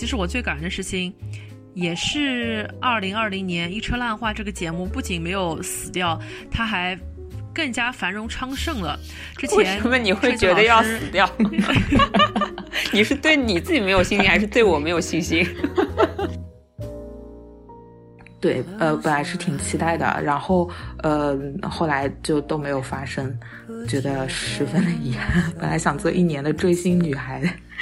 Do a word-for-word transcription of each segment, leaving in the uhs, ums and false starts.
其实我最感恩的事情也是二零二零年一车烂话这个节目不仅没有死掉，它还更加繁荣昌盛了。之前为什么你会觉得要死掉？你是对你自己没有信心，还是对我没有信心？ 对，呃，本来是挺期待的，然后，呃，后来就都没有发生，觉得十分的遗憾。本来想做一年的追星女孩。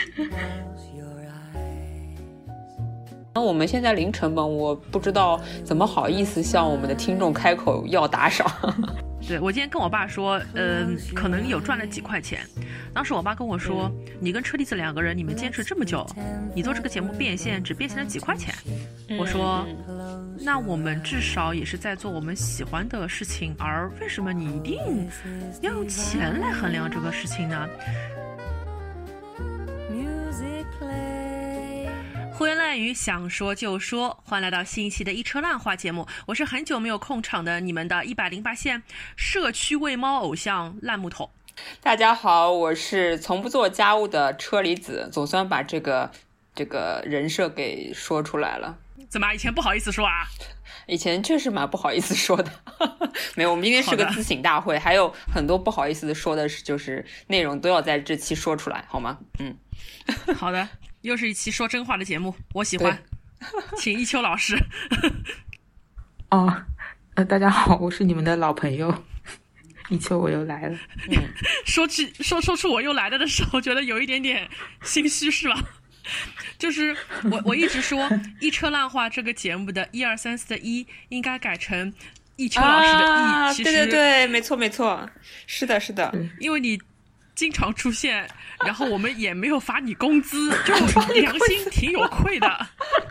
那我们现在零成本，我不知道怎么好意思向我们的听众开口要打赏。 对，我今天跟我爸说，呃，可能有赚了几块钱。当时我爸跟我说，嗯、你跟车厘子两个人，你们坚持这么久，你做这个节目变现只变现了几块钱。嗯、我说，那我们至少也是在做我们喜欢的事情，而为什么你一定要用钱来衡量这个事情呢？胡言乱语，想说就说，欢迎来到新一期的一车烂话节目，我是很久没有控场的你们的一百零八线社区喂猫偶像烂木头。 大家好，我是从不做家务的车厘子，总算把这个这个人设给说出来了。 怎么以前不好意思说啊？ 以前确实蛮不好意思说的。没有，我们今天是个自省大会，还有很多不好意思说的就是内容都要在这期说出来，好吗？嗯， 好的，又是一期说真话的节目，我喜欢。请一秋老师。 哦，呃，大家好，我是你们的老朋友一秋，我又来了。 嗯，说起说说出我又来了的时候，觉得有一点点心虚，是吧？就是我我一直说一车烂话这个节目的一二三四的一应该改成一秋老师的一、 啊、 其实对对对，没错没错，是的是的， 因为你经常出现，然后我们也没有发你工资，就良心挺有愧的。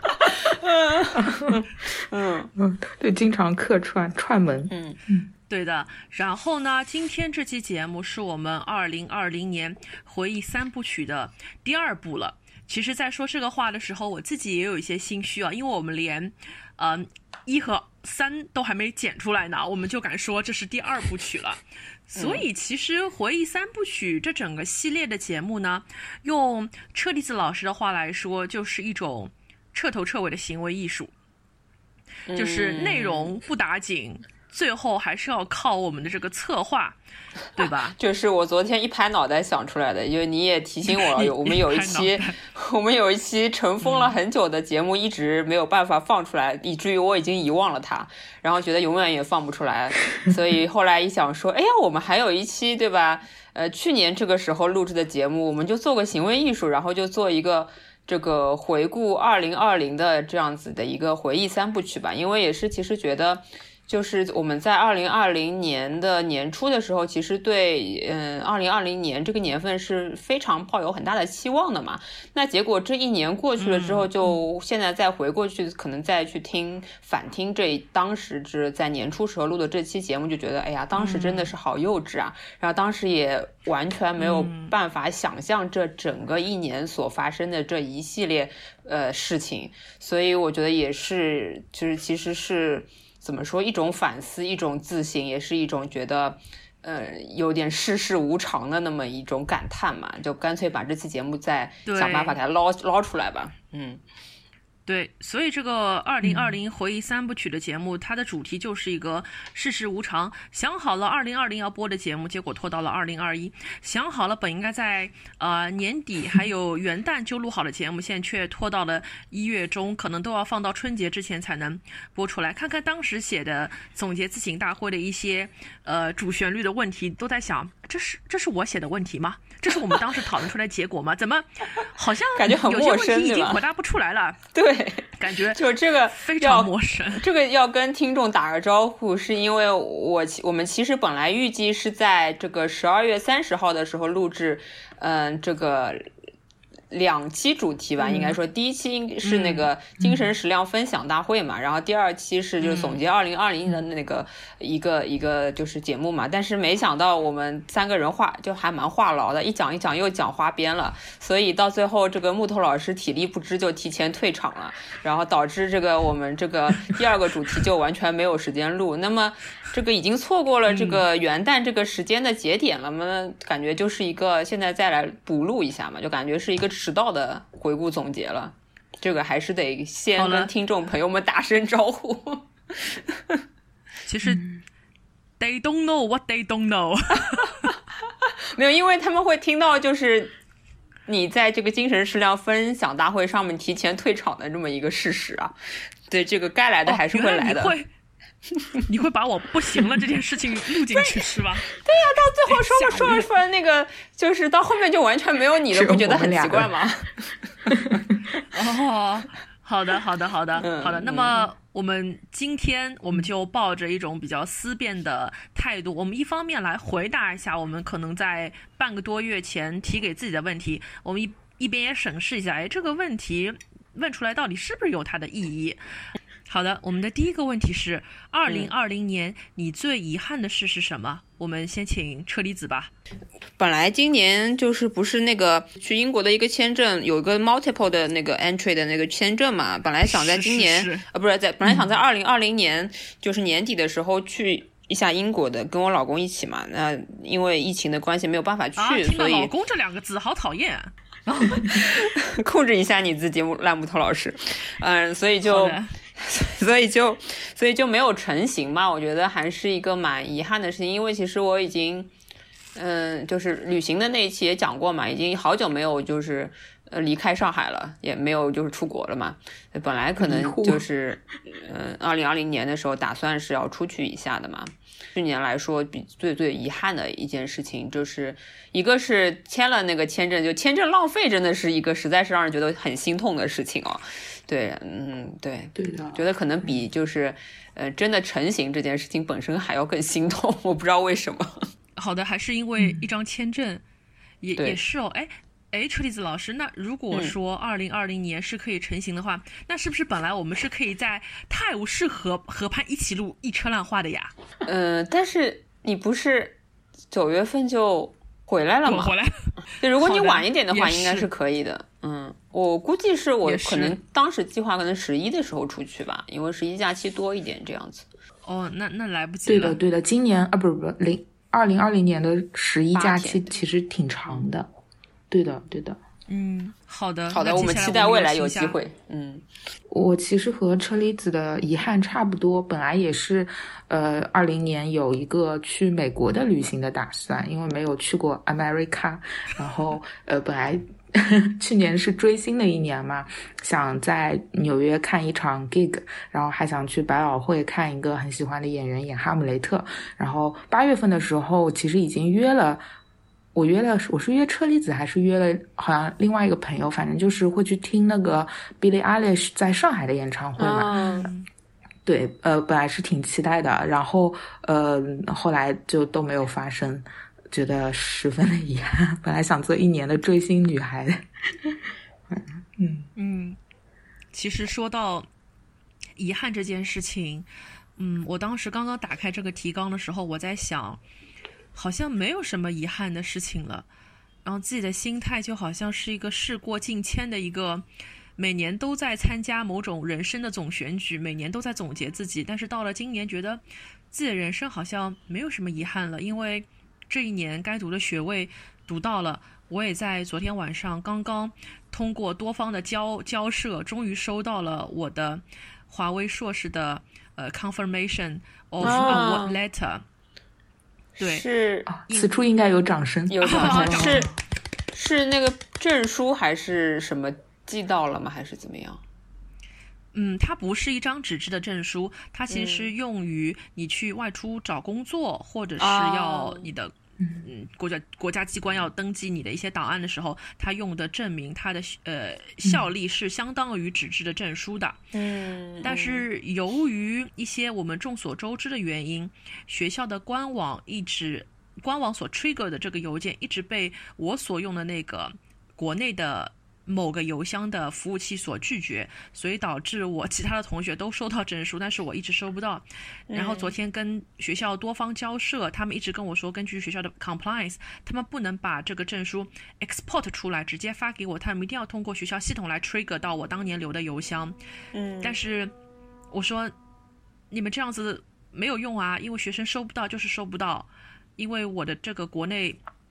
嗯嗯嗯，对，经常客串串门。 嗯嗯，对的。然后呢，今天这期节目是我们二零二零年回忆三部曲的第二部了。其实在说这个话的时候，我自己也有一些心虚啊，因为我们连嗯一和三都还没剪出来呢，我们就敢说这是第二部曲了。所以其实回忆三部曲这整个系列的节目呢，用车厘子老师的话来说，就是一种彻头彻尾的行为艺术，就是内容不打紧，最后还是要靠我们的这个策划，对吧？ 就是我昨天一拍脑袋想出来的，因为你也提醒我了，我们有一期我们有一期尘封了很久的节目，一直没有办法放出来，以至于我已经遗忘了它，然后觉得永远也放不出来，所以后来一想说，哎呀，我们还有一期，对吧？呃，去年这个时候录制的节目，我们就做个行为艺术，然后就做一个这个回顾二零二零的这样子的一个回忆三部曲吧，因为也是其实觉得就是我们在二零二零年的年初的时候，其实对嗯二零二零年这个年份是非常抱有很大的期望的嘛。那结果这一年过去了之后，就现在再回过去，可能再去听反听这当时是在年初时候录的这期节目，就觉得哎呀，当时真的是好幼稚啊。然后当时也完全没有办法想象这整个一年所发生的这一系列呃事情，所以我觉得也是，就是其实是。怎么说，一种反思，一种自省，也是一种觉得呃有点世事无常的那么一种感叹嘛，就干脆把这期节目再想办法给它捞捞出来吧。嗯， 对，所以这个二零二零回忆三部曲的节目，它的主题就是一个世事无常。想好了二零二零要播的节目，结果拖到了二零二一；想好了本应该在呃年底还有元旦就录好的节目，现在却拖到了一月中，可能都要放到春节之前才能播出来。看看当时写的总结自省大会的一些呃主旋律的问题，都在想，这是这是我写的问题吗？这是我们当时讨论出来的结果吗？怎么好像感觉很陌生， 有些问题已经回答不出来了？ 对， 感觉就这个非常陌生。 这个要跟听众打个招呼，是因为我我们其实本来预计是在这个十二月三十号的时候录制，嗯、呃，这个。两期主题吧，应该说第一期是那个精神食粮分享大会嘛，嗯、然后第二期是就是总结二零二零年的那个一个、嗯、一个就是节目嘛，但是没想到我们三个人话就还蛮话痨的，一讲一讲又讲花边了，所以到最后这个木头老师体力不支就提前退场了，然后导致这个我们这个第二个主题就完全没有时间录，那么这个已经错过了这个元旦这个时间的节点了嘛、嗯、感觉就是一个现在再来补录一下嘛，就感觉是一个迟到的回顾总结了。 这个还是得先跟听众朋友们打声招呼。 其实、嗯、they don't know what they don't know 没有，因为他们会听到就是你在这个精神食粮分享大会上面提前退场的这么一个事实啊。对，这个该来的还是会来的。 哦，你会把我不行了这件事情录进去是吧？ 对呀、啊，到最后说说着说着那个，就是到后面就完全没有你了，不觉得很奇怪吗？ 哦，好的，好的，好的， 嗯、 好的。那么我们今天我们就抱着一种比较思辨的态度，我们一方面来回答一下我们可能在半个多月前提给自己的问题，我们一一边也审视一下，哎，这个问题问出来到底是不是有它的意义？好的，我们的第一个问题是二零二零年你最遗憾的事是什么？嗯、我们先请车厘子吧。 本来今年就是不是那个去英国的一个签证有一个 multiple 的那个 entry 的那个签证嘛，本来想在今年是是是啊不是在本来想在二零二零年、嗯、就是年底的时候去一下英国的，跟我老公一起嘛，那因为疫情的关系没有办法去， 啊、听到所以老公这两个字好讨厌啊。 控制一下你自己，烂木头老师。嗯，所以就所以就所以就没有成型嘛，我觉得还是一个蛮遗憾的事情，因为其实我已经嗯就是旅行的那一期也讲过嘛，已经好久没有就是呃离开上海了，也没有就是出国了嘛，本来可能就是嗯二零二零年的时候打算是要出去一下的嘛。去年来说比最最遗憾的一件事情，就是一个是签了那个签证，就签证浪费真的是一个实在是让人觉得很心痛的事情哦。对，嗯，对， 对的， 觉得可能比就是呃真的成型这件事情本身还要更心痛，我不知道为什么。 好的，还是因为一张签证，嗯、也也是哦，哎。哎，车厘子老师，那如果说二零二零年是可以成型的话、嗯，那是不是本来我们是可以在泰晤士河河畔一起录一车烂话的呀？ 嗯、呃，但是你不是九月份就回来了吗？ 回来。 对，如果你晚一点的话，应该是可以的。嗯，我估计是我可能当时计划可能十一的时候出去吧，因为十一假期多一点这样子。 哦，那那来不及了。 对的，对的，今年啊，不是不是零二零二零年的十一假期其实挺长的。对的，对的。 嗯，好的， 好的，我们期待未来有机会。嗯， 我其实和车厘子的遗憾差不多，本来也是，呃，二零年有一个去美国的旅行的打算，因为没有去过 America， 然后呃，本来去年是追星的一年嘛，想在纽约看一场 gig， 然后还想去百老汇看一个很喜欢的演员演哈姆雷特，然后八月份的时候其实已经约了。我约了，我是约车厘子还是约了好像另外一个朋友，反正就是会去听那个 Billie Eilish 在上海的演唱会嘛。 嗯、 对，呃，本来是挺期待的，然后呃，后来就都没有发生，觉得十分的遗憾。本来想做一年的追星女孩的。嗯嗯，其实说到遗憾这件事情，嗯，我当时刚刚打开这个提纲的时候，我在想。好像没有什么遗憾的事情了，然后自己的心态就好像是一个事过境迁的一个，每年都在参加某种人生的总选举，每年都在总结自己，但是到了今年觉得自己的人生好像没有什么遗憾了，因为这一年该读的学位读到了，我也在昨天晚上刚刚通过多方的交交涉，终于收到了我的华为硕士的呃 confirmation of award letter、啊对， 是、 啊、此处应该有掌声， 有掌声。是是那个证书还是什么寄到了吗？还是怎么样？ 嗯，它不是一张纸质的证书，它其实是用于你去外出找工作，嗯、或者是要你的嗯国家国家机关要登记你的一些档案的时候，它用的证明它的呃效力是相当于纸质的证书的。 嗯， 但是由于一些我们众所周知的原因，学校的官网一直官网所 trigger 的这个邮件一直被我所用的那个国内的某个邮箱的服务器所拒绝，所以导致我其他的同学都收到证书，但是我一直收不到。然后昨天跟学校多方交涉，他们一直跟我说，根据学校的 compliance， 他们不能把这个证书 export 出来直接发给我，他们一定要通过学校系统来 trigger 到我当年留的邮箱。 嗯， 但是我说你们这样子没有用啊，因为学生收不到就是收不到，因为我的这个国内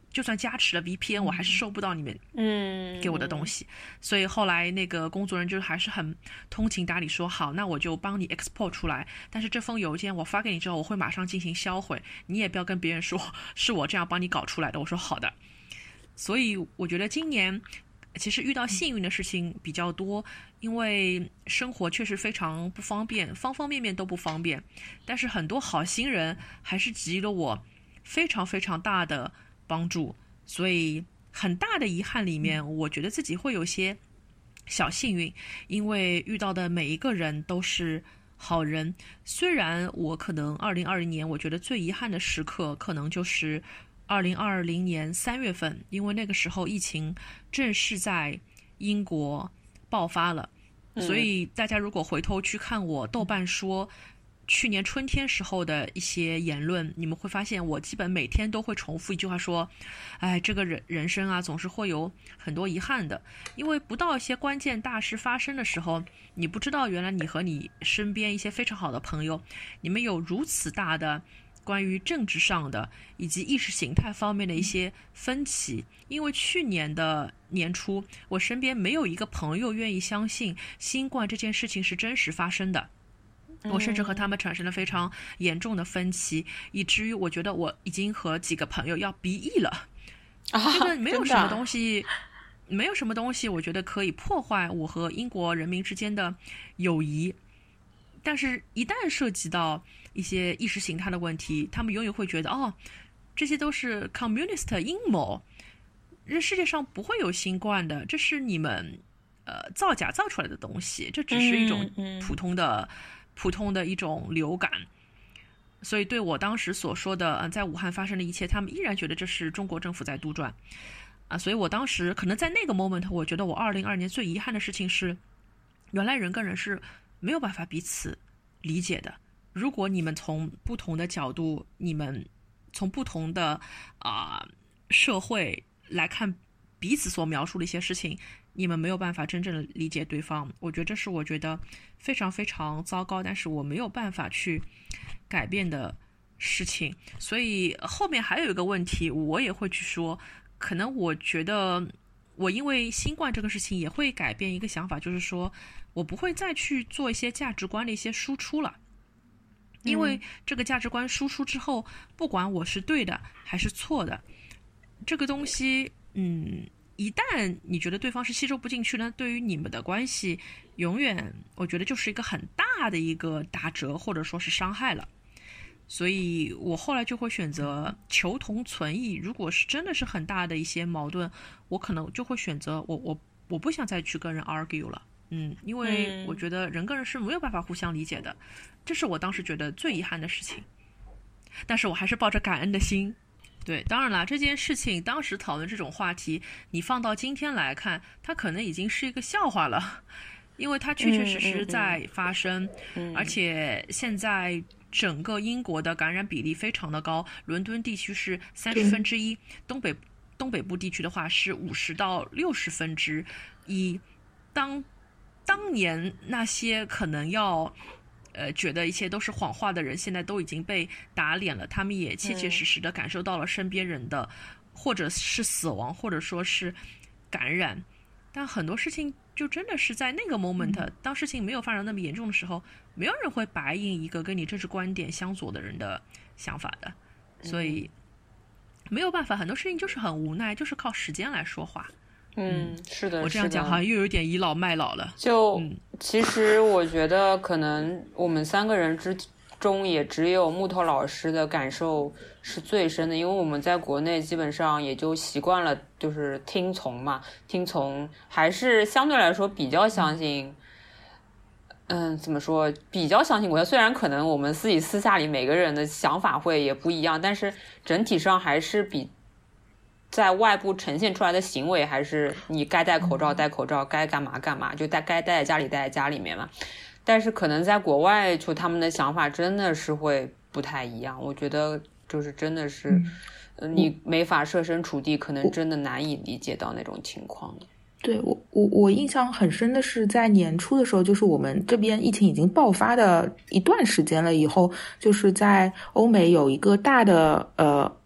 就算加持了 V P N， 我还是收不到你们嗯给我的东西。所以后来那个工作人员就还是很通情达理说，好，那我就帮你 export 出来，但是这封邮件我发给你之后，我会马上进行销毁，你也不要跟别人说是我这样帮你搞出来的。我说好的。所以我觉得今年其实遇到幸运的事情比较多，因为生活确实非常不方便，方方面面都不方便，但是很多好心人还是给予了我非常非常大的帮助。所以很大的遗憾里面，我觉得自己会有些小幸运，因为遇到的每一个人都是好人。虽然我可能二零二零年我觉得最遗憾的时刻可能就是二零二零年三月份，因为那个时候疫情正是在英国爆发了，所以大家如果回头去看我豆瓣说去年春天时候的一些言论，你们会发现我基本每天都会重复一句话说，哎，这个人人生啊总是会有很多遗憾的，因为不到一些关键大事发生的时候，你不知道原来你和你身边一些非常好的朋友，你们有如此大的关于政治上的以及意识形态方面的一些分歧。因为去年的年初，我身边没有一个朋友愿意相信新冠这件事情是真实发生的，我甚至和他们产生了非常严重的分歧，以至于我觉得我已经和几个朋友要逼义了。 啊， 这个没有什么东西没有什么东西我觉得可以破坏我和英国人民之间的友谊，但是一旦涉及到一些意识形态的问题，他们永远会觉得，哦，这些都是 communist 阴谋，这世界上不会有新冠的，这是你们呃造假造出来的东西，这只是一种普通的、嗯嗯、普通的一种流感。所以对我当时所说的、呃、在武汉发生的一切，他们依然觉得这是中国政府在杜撰啊。所以我当时可能在那个 moment， 我觉得我二零二二年最遗憾的事情是，原来人跟人是没有办法彼此理解的。如果你们从不同的角度，你们从不同的啊、呃、社会来看彼此所描述的一些事情，你们没有办法真正的理解对方。我觉得这是我觉得非常非常糟糕，但是我没有办法去改变的事情。所以后面还有一个问题，我也会去说，可能我觉得我因为新冠这个事情也会改变一个想法，就是说我不会再去做一些价值观的一些输出了。因为这个价值观输出之后，不管我是对的还是错的，这个东西嗯，一旦你觉得对方是吸收不进去呢，对于你们的关系永远我觉得就是一个很大的一个打折或者说是伤害了。所以我后来就会选择求同存异，如果是真的是很大的一些矛盾，我可能就会选择我我我不想再去跟人 argue 了。嗯，因为我觉得人跟人是没有办法互相理解的，这是我当时觉得最遗憾的事情。但是我还是抱着感恩的心。对，当然啦，这件事情当时讨论这种话题，你放到今天来看，它可能已经是一个笑话了，因为它确确实实在发生， 嗯嗯嗯、 而且现在整个英国的感染比例非常的高，伦敦地区是三十分之一，东北东北部地区的话是五十到六十分之一。当当年那些可能要呃觉得一切都是谎话的人，现在都已经被打脸了，他们也切切实实的感受到了身边人的、嗯、或者是死亡或者说是感染。但很多事情就真的是在那个 moment、嗯、当事情没有发展那么严重的时候，没有人会白应一个跟你政治观点相左的人的想法的，所以没有办法，很多事情就是很无奈，就是靠时间来说话。 嗯，是的， 我这样讲好像又有点倚老卖老了。 就、 嗯、 其实我觉得可能我们三个人之中也只有木头老师的感受是最深的，因为我们在国内基本上也就习惯了就是听从嘛，听从还是相对来说比较相信嗯怎么说比较相信国家，虽然可能我们自己私下里每个人的想法会也不一样，但是整体上还是比在外部呈现出来的行为，还是你该戴口罩戴口罩，该干嘛干嘛，就该该待在家里待在家里面嘛。但是可能在国外，就他们的想法真的是会不太一样。我觉得就是真的是，嗯呃、你没法设身处地，可能真的难以理解到那种情况。 对，我我我印象很深的是，在年初的时候，就是我们这边疫情已经爆发的一段时间了以后，就是在欧美有一个大的呃。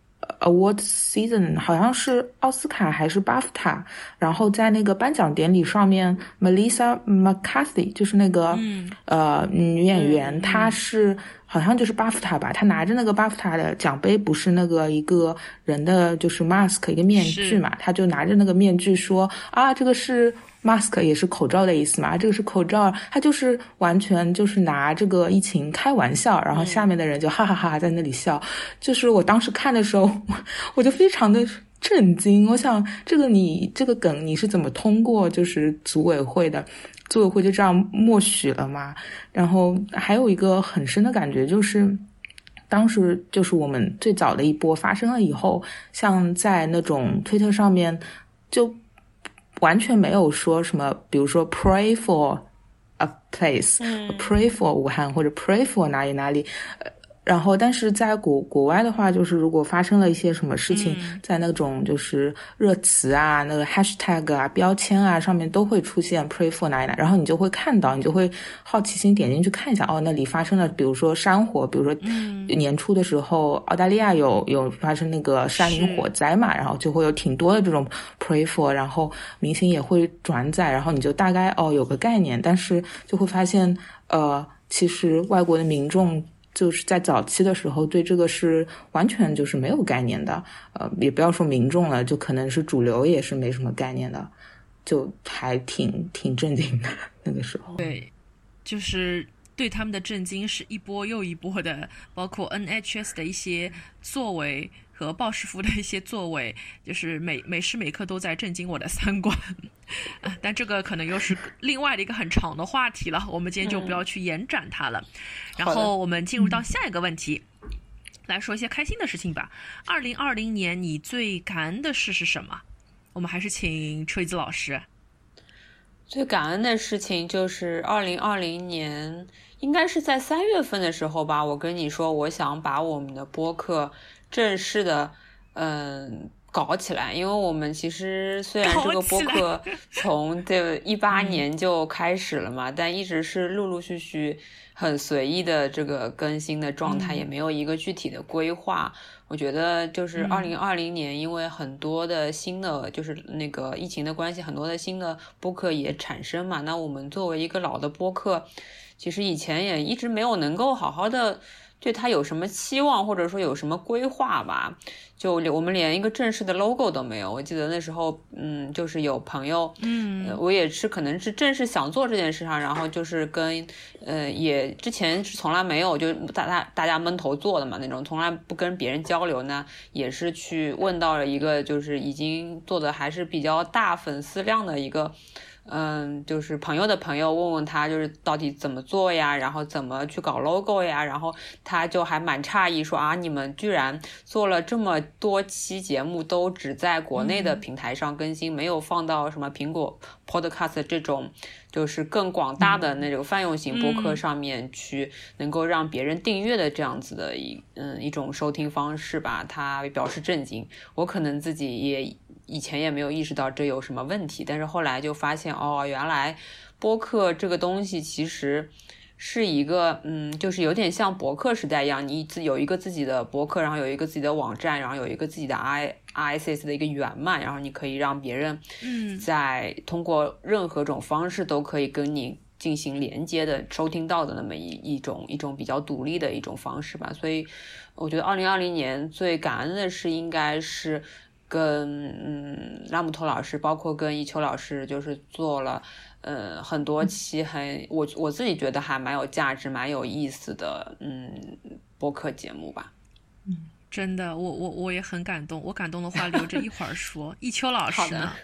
award season， 好像是奥斯卡还是巴夫塔，然后在那个颁奖典礼上面 Melissa McCarthy 就是那个、嗯、呃女演员、嗯、她是好像就是巴夫塔吧，她拿着那个巴夫塔的奖杯，不是那个一个人的就是 mask 一个面具嘛，她就拿着那个面具说啊这个是mask 也是口罩的意思嘛，这个是口罩，他就是完全就是拿这个疫情开玩笑，然后下面的人就哈哈哈哈在那里笑、嗯、就是我当时看的时候我就非常的震惊，我想这个你这个梗你是怎么通过就是组委会的，组委会就这样默许了嘛。然后还有一个很深的感觉就是当时就是我们最早的一波发生了以后，像在那种推特上面就完全没有说什么比如说 pray for a place、嗯、pray for 武汉或者 pray for 哪里哪里，然后但是在国国外的话，就是如果发生了一些什么事情、嗯、在那种就是热词啊那个 hashtag 啊标签啊上面都会出现 pray for 哪里哪里，然后你就会看到，你就会好奇心点进去看一下，哦那里发生了比如说山火，比如说年初的时候、嗯、澳大利亚有有发生那个山林火灾嘛，然后就会有挺多的这种 pray for， 然后明星也会转载，然后你就大概哦有个概念，但是就会发现呃其实外国的民众就是在早期的时候对这个是完全就是没有概念的，呃，也不要说民众了，就可能是主流也是没什么概念的，就还挺挺震惊的那个时候。 对，就是对他们的震惊是一波又一波的，包括 N H S 的一些作为和鲍师傅的一些作为，就是每每时每刻都在震惊我的三观。但这个可能又是另外的一个很长的话题了，我们今天就不要去延展它了、嗯、然后我们进入到下一个问题、嗯、来说一些开心的事情吧。二零二零年你最感恩的事是什么？我们还是请车厘子老师。 最感恩的事情就是二零二零年应该是在三月份的时候吧，我跟你说我想把我们的播客正式的嗯搞起来，因为我们其实虽然这个播客从这一八年就开始了嘛、嗯、但一直是陆陆续续很随意的这个更新的状态、嗯、也没有一个具体的规划。我觉得就是二零二零年因为很多的新的、嗯、就是那个疫情的关系，很多的新的播客也产生嘛，那我们作为一个老的播客，其实以前也一直没有能够好好的对它有什么期望或者说有什么规划吧，就我们连一个正式的 logo 都没有。我记得那时候嗯，就是有朋友嗯、呃，我也是可能是正式想做这件事上，然后就是跟呃，也之前是从来没有就大家大家闷头做的嘛，那种从来不跟别人交流呢，也是去问到了一个就是已经做的还是比较大粉丝量的一个嗯，就是朋友的朋友，问问他就是到底怎么做呀，然后怎么去搞 logo 呀，然后他就还蛮诧异说啊，你们居然做了这么多期节目都只在国内的平台上更新、嗯、没有放到什么苹果 podcast 这种就是更广大的那种泛用型播客上面去能够让别人订阅的这样子的一嗯一种收听方式吧，他表示震惊。我可能自己也以前也没有意识到这有什么问题，但是后来就发现哦，原来播客这个东西其实是一个嗯，就是有点像博客时代一样，你自有一个自己的博客，然后有一个自己的网站，然后有一个自己的 R S S 的一个源嘛，然后你可以让别人在通过任何种方式都可以跟你进行连接的收听到的那么一一种一种比较独立的一种方式吧。所以我觉得二零二零年最感恩的是应该是跟嗯拉姆托老师包括跟一秋老师就是做了呃很多期很我我自己觉得还蛮有价值蛮有意思的嗯播客节目吧。 嗯，真的我我我也很感动，我感动的话留着一会儿说。一秋老师呢？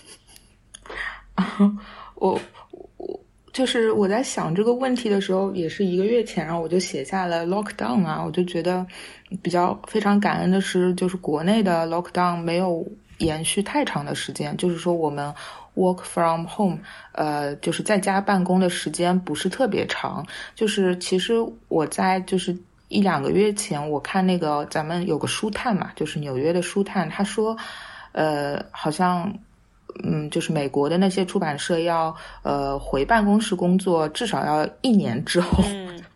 我我就是我在想这个问题的时候也是一个月前，然后我就写下了 lockdown 啊，我就觉得比较非常感恩的是就是国内的 lockdown 没有延续太长的时间，就是说我们 work from home 呃，就是在家办公的时间不是特别长。就是其实我在就是一两个月前我看那个咱们有个书探嘛，就是纽约的书探，他说呃好像嗯，就是美国的那些出版社要呃回办公室工作至少要一年之后、嗯、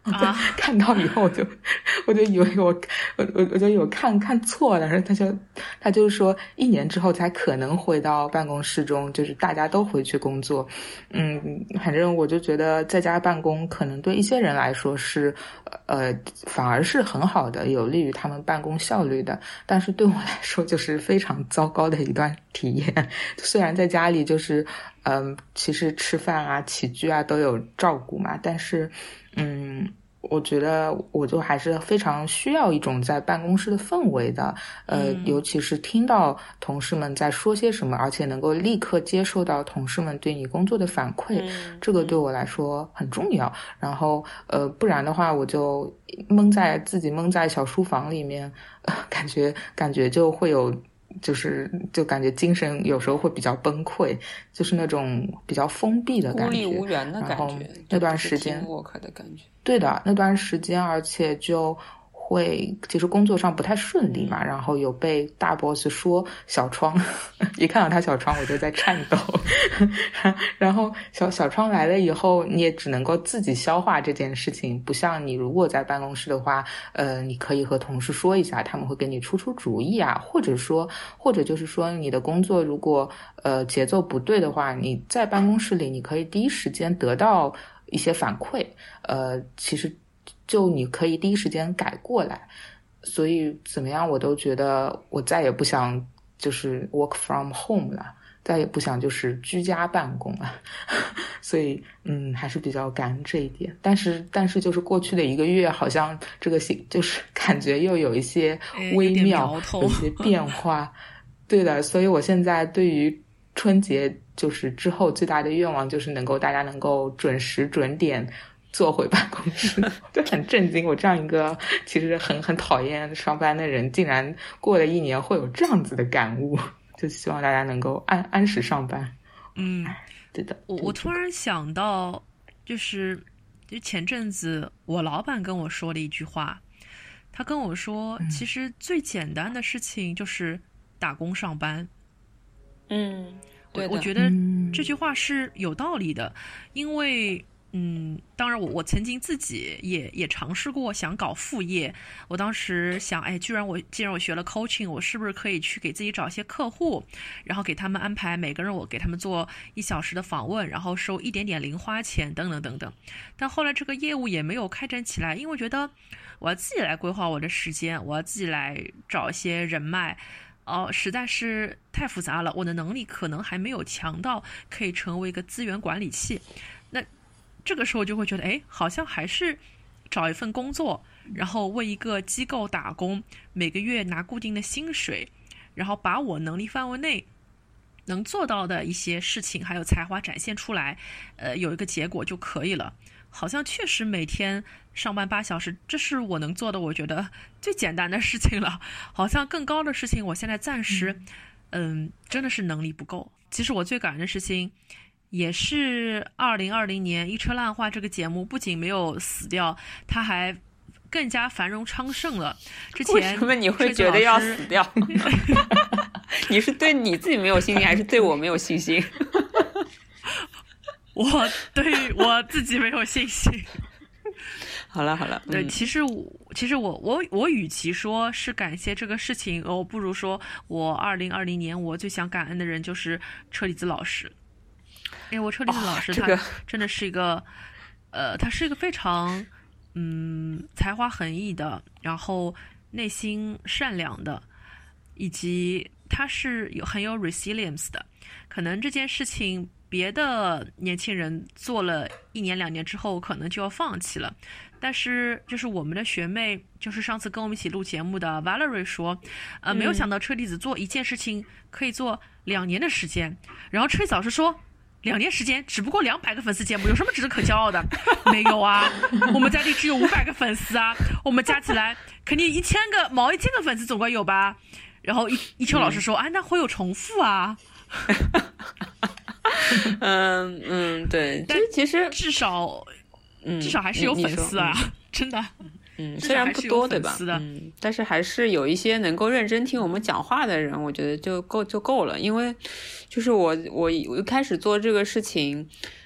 啊、 看到以后我就我就以为我我我我就有看看错了，然后他就他就说一年之后才可能回到办公室中，就是大家都回去工作。嗯，反正我就觉得在家办公可能对一些人来说是呃反而是很好的，有利于他们办公效率的，但是对我来说就是非常糟糕的一段体验。虽然在家里就是嗯其实吃饭啊起居啊都有照顾嘛，但是嗯，我觉得我就还是非常需要一种在办公室的氛围的，呃， 嗯、 尤其是听到同事们在说些什么，而且能够立刻接受到同事们对你工作的反馈， 嗯、 这个对我来说很重要。然后，呃，不然的话，我就蒙在自己蒙在小书房里面，呃、感觉感觉就会有。就是就感觉精神有时候会比较崩溃，就是那种比较封闭的感觉， 孤立无援的感觉。 那段时间 work 的感觉， 对的，那段时间，而且就会其实工作上不太顺利嘛，然后有被大 boss 说小窗，一看到他小窗我就在颤抖，然后小小窗来了以后，你也只能够自己消化这件事情，不像你如果在办公室的话，呃，你可以和同事说一下，他们会给你出出主意啊，或者说，或者就是说你的工作如果呃节奏不对的话，你在办公室里你可以第一时间得到一些反馈，呃，其实。就你可以第一时间改过来，所以怎么样我都觉得我再也不想就是 work from home 了，再也不想就是居家办公了，所以嗯还是比较感恩这一点。但是但是就是过去的一个月，好像这个心就是感觉又有一些微妙，有, 有一些变化。对的，所以我现在对于春节就是之后最大的愿望就是能够大家能够准时准点坐回办公室，就很震惊。我这样一个其实很很讨厌上班的人，竟然过了一年会有这样子的感悟。就希望大家能够按按时上班。 嗯， 对的。 我我突然想到，就是就前阵子我老板跟我说的一句话，他跟我说， 嗯、 其实最简单的事情就是打工上班。 嗯，对的。 我觉得这句话是有道理的，因为。嗯，当然我我曾经自己也也尝试过想搞副业，我当时想，哎，居然我既然我学了 coaching， 我是不是可以去给自己找一些客户，然后给他们安排每个人我给他们做一小时的访问，然后收一点点零花钱等等等等。但后来这个业务也没有开展起来，因为我觉得我要自己来规划我的时间，我要自己来找一些人脉。哦，实在是太复杂了，我的能力可能还没有强到可以成为一个资源管理器。那这个时候就会觉得，哎，好像还是找一份工作，然后为一个机构打工，每个月拿固定的薪水，然后把我能力范围内能做到的一些事情还有才华展现出来，呃，有一个结果就可以了。好像确实每天上班八小时，这是我能做的我觉得最简单的事情了。好像更高的事情我现在暂时嗯，真的是能力不够。其实我最感恩的事情也是二零二零年一车烂话这个节目不仅没有死掉，它还更加繁荣昌盛了。之前为什么你会觉得要死掉？你是对你自己没有信心还是对我没有信心？ 我对我自己没有信心。 好了好了， 对， 嗯、 其实我其实我我我与其说是感谢这个事情，我不如说我二零二零年我最想感恩的人就是车厘子老师。因为我车厘子老师他真的是一个、哦这个、呃他是一个非常嗯才华横溢的，然后内心善良的，以及他是有很有 resilience 的。可能这件事情别的年轻人做了一年两年之后可能就要放弃了，但是就是我们的学妹，就是上次跟我们一起录节目的 Valerie 说，呃，没有想到车厘子做一件事情可以做两年的时间，然后车厘子老师说两年时间只不过两百个粉丝节目，有什么值得可骄傲的？没有啊，我们家里只有五百个粉丝啊，我们加起来肯定一千个毛一千个粉丝总归有吧。然后一一秋老师说，哎、嗯，那会有重复啊。 嗯嗯，对， 但其实至少， 嗯， 至少还是有粉丝啊，真的。 嗯，虽然不多对吧？嗯，但是还是有一些能够认真听我们讲话的人，我觉得就够就够了。因为就是我我我一开始做这个事情，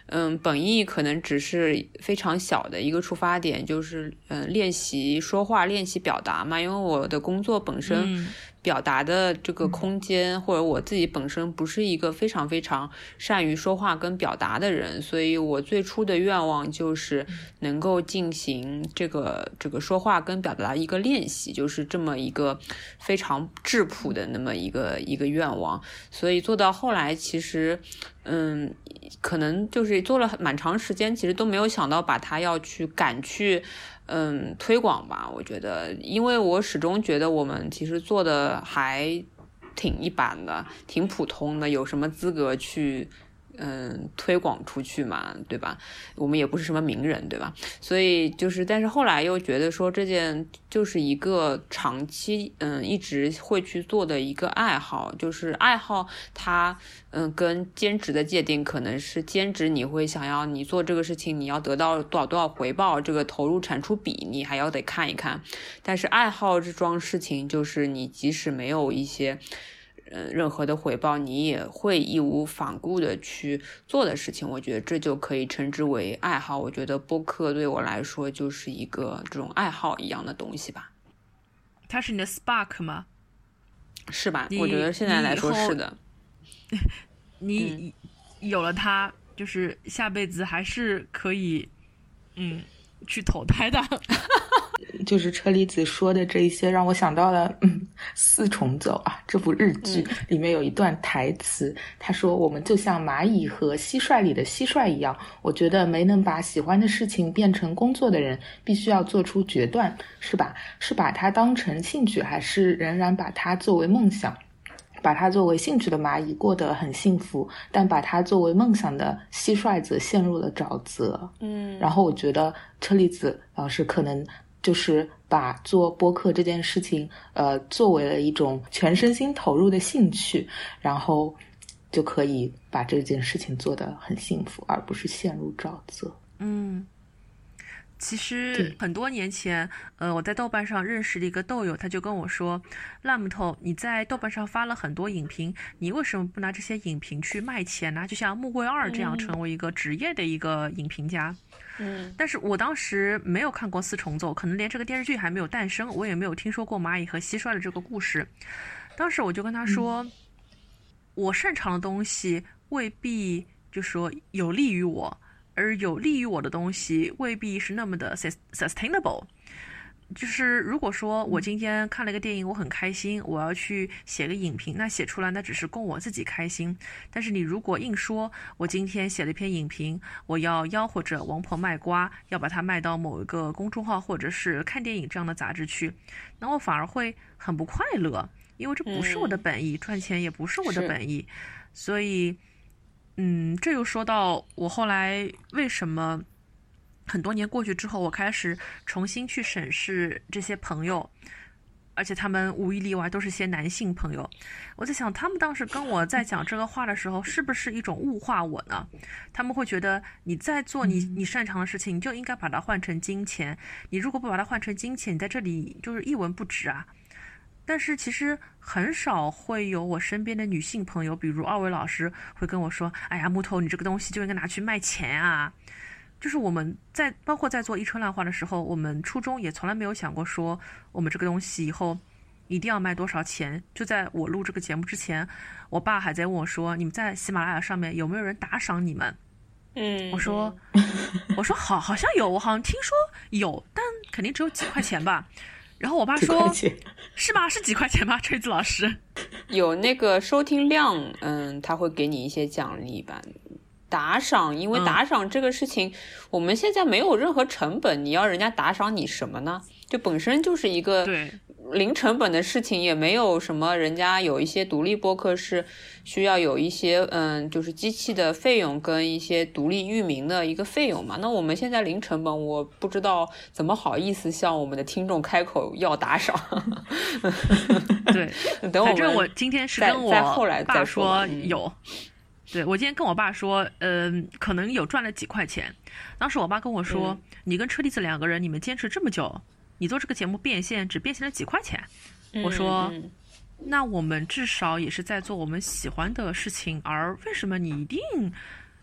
嗯，本意可能只是非常小的一个出发点，就是嗯、呃、练习说话，练习表达嘛。因为我的工作本身、嗯。表达的这个空间，或者我自己本身不是一个非常非常善于说话跟表达的人，所以我最初的愿望就是能够进行这个这个说话跟表达一个练习，就是这么一个非常质朴的那么一个一个愿望。所以做到后来，其实嗯，可能就是做了蛮长时间，其实都没有想到把它要去赶去嗯，推广吧，我觉得，因为我始终觉得我们其实做的还挺一般的，挺普通的，有什么资格去嗯推广出去嘛，对吧？我们也不是什么名人，对吧？所以就是，但是后来又觉得说这件就是一个长期嗯一直会去做的一个爱好，就是爱好它嗯跟兼职的界定可能是兼职你会想要你做这个事情你要得到多少多少回报，这个投入产出比你还要得看一看，但是爱好这桩事情就是你即使没有一些嗯，任何的回报你也会义无反顾的去做的事情，我觉得这就可以称之为爱好。我觉得播客对我来说就是一个这种爱好一样的东西吧。 它是你的 spark 吗？ 是吧？我觉得现在来说是的。 你有了它，就是下辈子还是可以嗯去投胎的。 就是车厘子说的这一些让我想到了嗯，四重奏啊，这部日剧里面有一段台词、嗯、他说我们就像蚂蚁和蟋蟀里的蟋蟀一样，我觉得没能把喜欢的事情变成工作的人必须要做出决断，是吧？是把它当成兴趣，还是仍然把它作为梦想？把它作为兴趣的蚂蚁过得很幸福，但把它作为梦想的蟋蟀则陷入了沼泽。嗯，然后我觉得车厘子老师可能就是把做播客这件事情呃作为了一种全身心投入的兴趣，然后就可以把这件事情做得很幸福，而不是陷入沼泽。 嗯，其实很多年前呃，我在豆瓣上认识的一个豆友，他就跟我说，烂木头你在豆瓣上发了很多影评，你为什么不拿这些影评去卖钱呢？就像木卫二这样成为一个职业的一个影评家。嗯，但是我当时没有看过四重奏，可能连这个电视剧还没有诞生，我也没有听说过蚂蚁和蟋蟀的这个故事。当时我就跟他说、嗯、我擅长的东西未必就说有利于我，而有利于我的东西未必是那么的 sustainable。就是如果说我今天看了一个电影我很开心，我要去写个影评，那写出来那只是供我自己开心。但是你如果硬说我今天写了一篇影评，我要吆喝着王婆卖瓜，要把它卖到某一个公众号或者是看电影这样的杂志去，那我反而会很不快乐，因为这不是我的本意、嗯、赚钱也不是我的本意。所以嗯，这又说到我后来为什么很多年过去之后，我开始重新去审视这些朋友，而且他们无一例外都是些男性朋友。我在想，他们当时跟我在讲这个话的时候，是不是一种物化我呢？他们会觉得你在做你你擅长的事情，你就应该把它换成金钱。你如果不把它换成金钱，你在这里就是一文不值啊。但是其实很少会有我身边的女性朋友，比如二位老师会跟我说，哎呀木头，你这个东西就应该拿去卖钱啊。就是我们在包括在做一车烂话的时候，我们初中也从来没有想过说我们这个东西以后一定要卖多少钱。就在我录这个节目之前，我爸还在问我说，你们在喜马拉雅上面有没有人打赏你们？嗯，我说我说好好像有，我好像听说有，但肯定只有几块钱吧。然后我爸说是吗？是几块钱吗？锤子老师有那个收听量，嗯，他会给你一些奖励吧。打赏，因为打赏这个事情、嗯、我们现在没有任何成本，你要人家打赏你什么呢？就本身就是一个零成本的事情，也没有什么人家有一些独立播客是需要有一些嗯，就是机器的费用跟一些独立域名的一个费用嘛。那我们现在零成本，我不知道怎么好意思向我们的听众开口要打赏。 对，等我反正我今天是跟我爸说有。嗯对，我今天跟我爸说嗯、呃，可能有赚了几块钱。当时我爸跟我说、嗯、你跟车厘子两个人你们坚持这么久，你做这个节目变现只变现了几块钱、嗯、我说、嗯、那我们至少也是在做我们喜欢的事情，而为什么你一定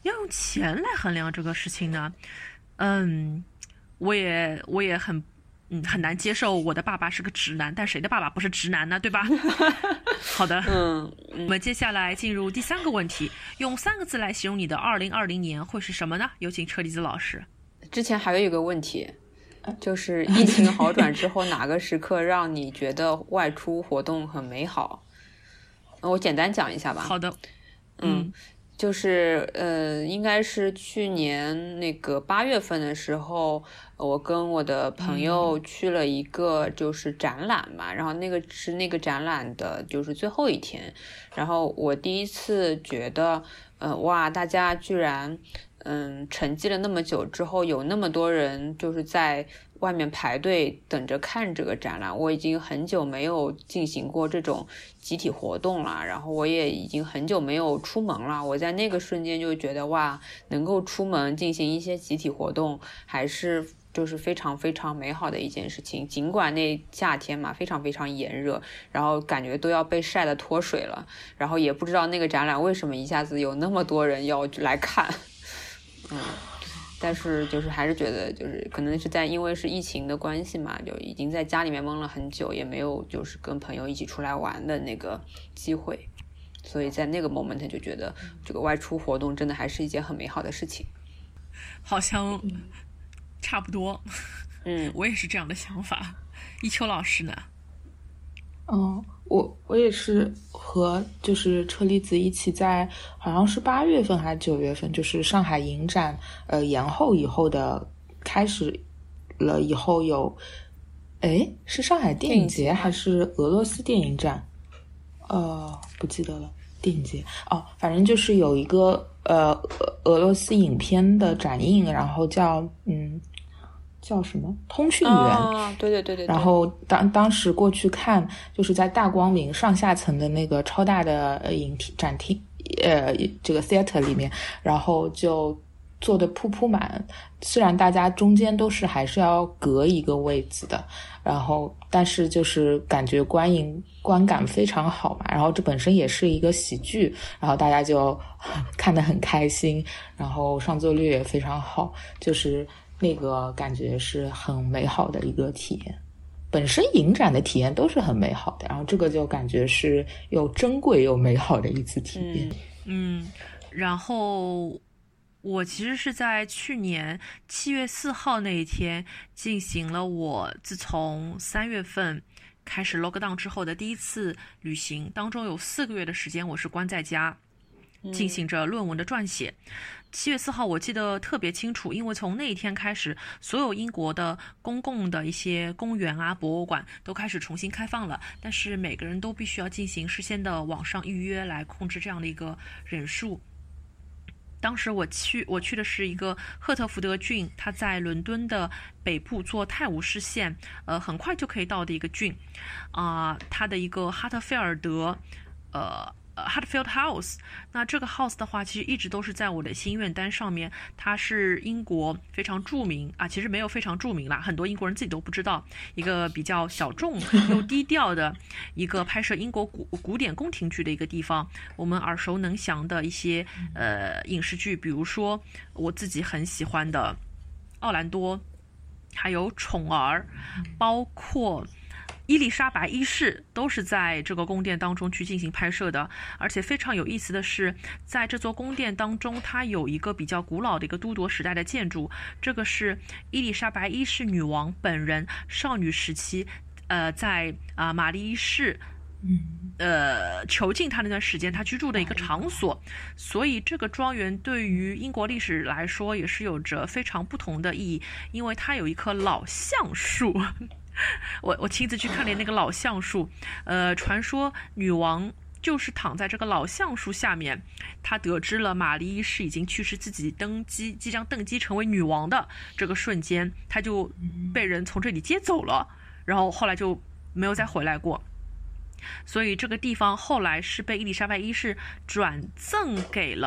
要用钱来衡量这个事情呢？嗯，我也我也很嗯很难接受我的爸爸是个直男，但谁的爸爸不是直男呢？对吧？好的， 嗯， 我们接下来进入第三个问题，用三个字来形容你的二零二零年会是什么呢？有请车厘子老师。 之前还有一个问题，就是疫情好转之后，哪个时刻让你觉得外出活动很美好？我简单讲一下吧。 好的， 嗯。嗯就是呃，应该是去年那个八月份的时候，我跟我的朋友去了一个就是展览嘛，嗯、然后那个是那个展览的就是最后一天，然后我第一次觉得，呃，哇，大家居然嗯沉寂了那么久之后，有那么多人就是在外面排队等着看这个展览。我已经很久没有进行过这种集体活动了，然后我也已经很久没有出门了。我在那个瞬间就觉得哇，能够出门进行一些集体活动还是就是非常非常美好的一件事情。尽管那夏天嘛非常非常炎热，然后感觉都要被晒得脱水了，然后也不知道那个展览为什么一下子有那么多人要来看。嗯，但是就是还是觉得就是可能是在因为是疫情的关系嘛，就已经在家里面闷了很久，也没有就是跟朋友一起出来玩的那个机会，所以在那个 moment 就觉得这个外出活动真的还是一件很美好的事情。 好像差不多， 嗯， 我也是这样的想法。一秋老师呢？ 嗯，我我也是和就是车厘子一起在好像是八月份还是九月份，就是上海影展呃延后以后的开始了以后有，哎是上海电影节还是俄罗斯电影展？呃不记得了，电影节哦，反正就是有一个呃俄罗斯影片的展映，然后叫嗯。叫什么通讯员、 哦、对对对 对, 对然后当当时过去看，就是在大光明上下层的那个超大的影厅展厅呃这个 theater 里面，然后就坐的铺铺满，虽然大家中间都是还是要隔一个位子的，然后但是就是感觉观影观感非常好嘛，然后这本身也是一个喜剧，然后大家就看得很开心，然后上座率也非常好，就是那个感觉是很美好的一个体验，本身影展的体验都是很美好的，然后这个就感觉是又珍贵又美好的一次体验。 嗯，嗯然后我其实是在去年七月四号那一天进行了我自从三月份开始 lockdown 之后的第一次旅行，当中有四个月的时间我是关在家进行着论文的撰写。七月四号我记得特别清楚，因为从那一天开始，所有英国的公共的一些公园啊、博物馆都开始重新开放了，但是每个人都必须要进行事先的网上预约来控制这样的一个人数。当时我去我去的是一个赫特福德郡，它在伦敦的北部做泰晤士县，呃，很快就可以到的一个郡，啊、呃，它的一个哈特菲尔德，呃。呃 Hatfield House， 那这个 house 的话其实一直都是在我的心愿单上面，它是英国非常著名啊，其实没有非常著名啦，很多英国人自己都不知道，一个比较小众又低调的一个拍摄英国古古典宫廷剧的一个地方。我们耳熟能详的一些呃影视剧，比如说我自己很喜欢的奥兰多，还有宠儿，包括伊丽莎白一世都是在这个宫殿当中去进行拍摄的。而且非常有意思的是，在这座宫殿当中，它有一个比较古老的一个都铎时代的建筑，这个是伊丽莎白一世女王本人少女时期呃，在啊、呃、玛丽一世呃囚禁她那段时间她居住的一个场所。所以这个庄园对于英国历史来说也是有着非常不同的意义，因为它有一棵老橡树我我亲自去看了那个老橡树，呃，传说女王就是躺在这个老橡树下面，她得知了玛丽一世已经去世，自己登基即将登基成为女王的这个瞬间，她就被人从这里接走了，然后后来就没有再回来过。所以这个地方后来是被伊丽莎白一世转赠给了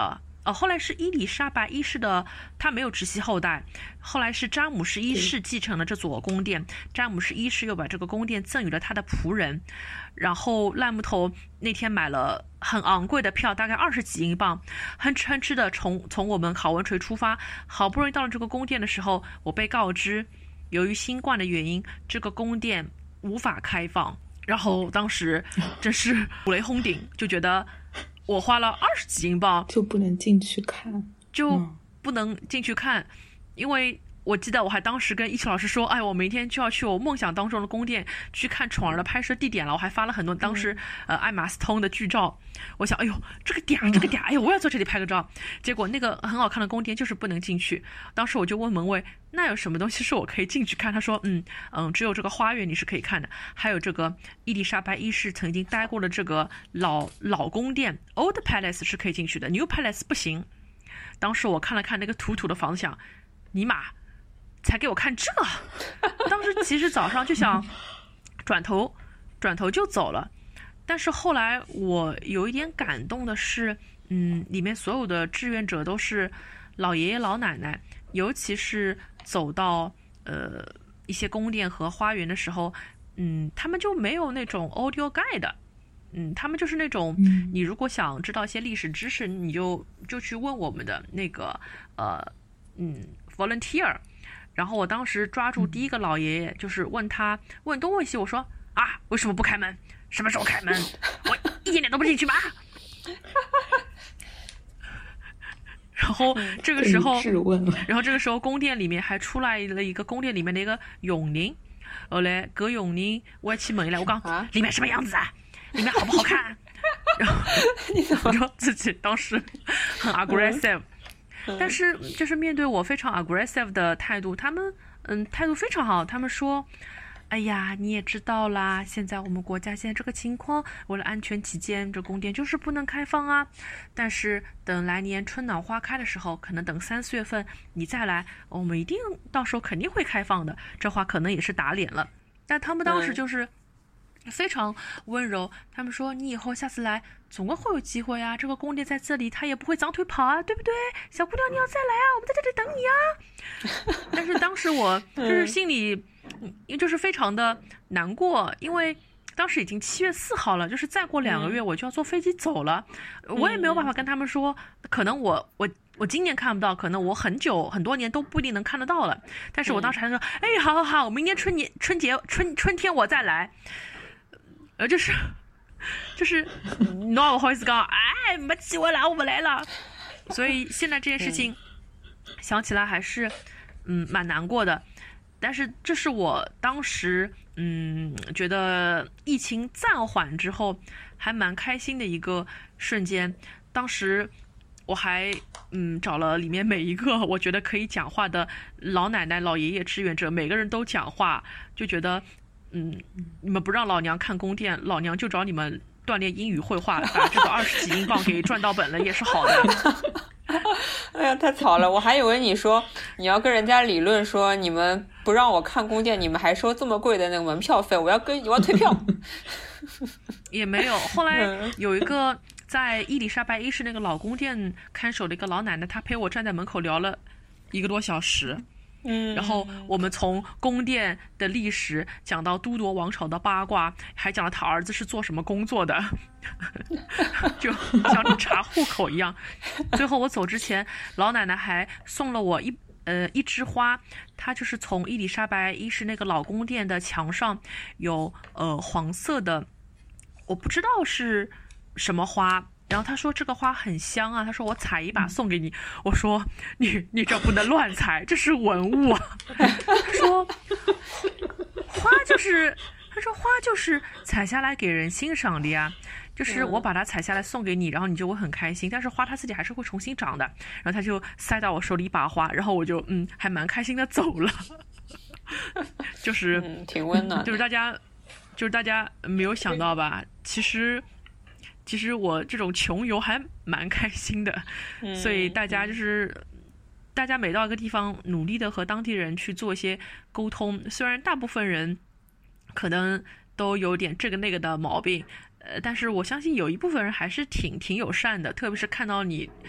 呃，后来是伊丽莎白一世的，他没有直系后代，后来是詹姆士一世继承了这座宫殿，詹姆士一世又把这个宫殿赠予了他的仆人，然后烂木头那天买了很昂贵的票，大概二十几英镑，哼哧哼哧的从从我们考文垂出发，好不容易到了这个宫殿的时候，我被告知，由于新冠的原因，这个宫殿无法开放。然后当时真是五雷轰顶，就觉得我花了二十几英镑就不能进去看， 就不能进去看，嗯、因为我记得我还当时跟一奇老师说，哎，我明天就要去我梦想当中的宫殿去看宠儿的拍摄地点了，我还发了很多当时、嗯、呃爱马仕通的剧照。我想，哎呦，这个点这个点，哎呦，我要在这里拍个照。结果那个很好看的宫殿就是不能进去。当时我就问门卫，那有什么东西是我可以进去看？他说，嗯嗯，只有这个花园你是可以看的，还有这个伊丽莎白一世曾经待过的这个老老宫殿 Old Palace 是可以进去的 ，New Palace 不行。当时我看了看那个土土的房子，想，尼玛。才给我看这，当时其实早上就想转头转头就走了，但是后来我有一点感动的是，嗯，里面所有的志愿者都是老爷爷老奶奶，尤其是走到呃一些宫殿和花园的时候，嗯，他们就没有那种 audio guide， 嗯，他们就是那种，你如果想知道一些历史知识，你就就去问我们的那个呃嗯 volunteer。然后我当时抓住第一个老爷爷，就是问他问东问西，我说啊，为什么不开门？什么时候开门？我一点点都不进去吗？然后这个时候，然后这个时候宫殿里面还出来了一个宫殿里面的一个佣人，后来搿佣人我也去问了，我讲、啊、里面什么样子啊？里面好不好看？然后你怎么说自己当时很 aggressive。但是就是面对我非常 aggressive 的态度，他们嗯态度非常好，他们说，哎呀，你也知道啦，现在我们国家现在这个情况，为了安全起见，这宫殿就是不能开放啊。但是等来年春暖花开的时候，可能等三四月份你再来，我们一定到时候肯定会开放的。这话可能也是打脸了，但他们当时就是非常温柔，他们说你以后下次来总归会有机会啊，这个宫殿在这里，他也不会长腿跑啊，对不对？小姑娘你要再来啊，我们在这里等你啊。但是当时我就是心里就是非常的难过，因为当时已经七月四号了，就是再过两个月我就要坐飞机走了，我也没有办法跟他们说，可能我我我今年看不到，可能我很久很多年都不一定能看得到了。但是我当时还说，哎，好好好，我明年春年春节春春天我再来。呃，就是就是侬不好意思讲，哎，没机会了，我不来了。所以现在这件事情想起来还是嗯蛮难过的，但是这是我当时嗯觉得疫情暂缓之后还蛮开心的一个瞬间。当时我还嗯找了里面每一个我觉得可以讲话的老奶奶、老爷爷志愿者，每个人都讲话，就觉得。嗯，你们不让老娘看宫殿，老娘就找你们锻炼英语绘画，把这个二十几英镑给赚到本了，也是好的。 哎呀，太草了！我还以为你说你要跟人家理论说你们不让我看宫殿，你们还收这么贵的那个门票费，我要跟我要退票。 也没有，后来有一个在伊丽莎白一世那个老宫殿看守的一个老奶奶，她陪我站在门口聊了一个多小时。嗯，然后我们从宫殿的历史讲到都铎王朝的八卦，还讲了他儿子是做什么工作的，就像查户口一样。最后我走之前，老奶奶还送了我一呃一枝花，它就是从伊丽莎白一世那个老宫殿的墙上有呃黄色的，我不知道是什么花。然后他说这个花很香啊，他说我采一把送给你。我说你你这不能乱采，这是文物啊。他说花就是他说花就是采下来给人欣赏的呀，就是我把它采下来送给你，然后你就会很开心，但是花它自己还是会重新长的。然后他就塞到我手里一把花，然后我就嗯还蛮开心的走了。就是、 嗯、挺温暖的， 就是大家就是大家没有想到吧，其实其实我这种穷游还蛮开心的，嗯、所以大家就是、嗯、大家每到一个地方努力的和当地人去做一些沟通，虽然大部分人可能都有点这个那个的毛病，呃，但是我相信有一部分人还是挺挺友善的，特别是看到你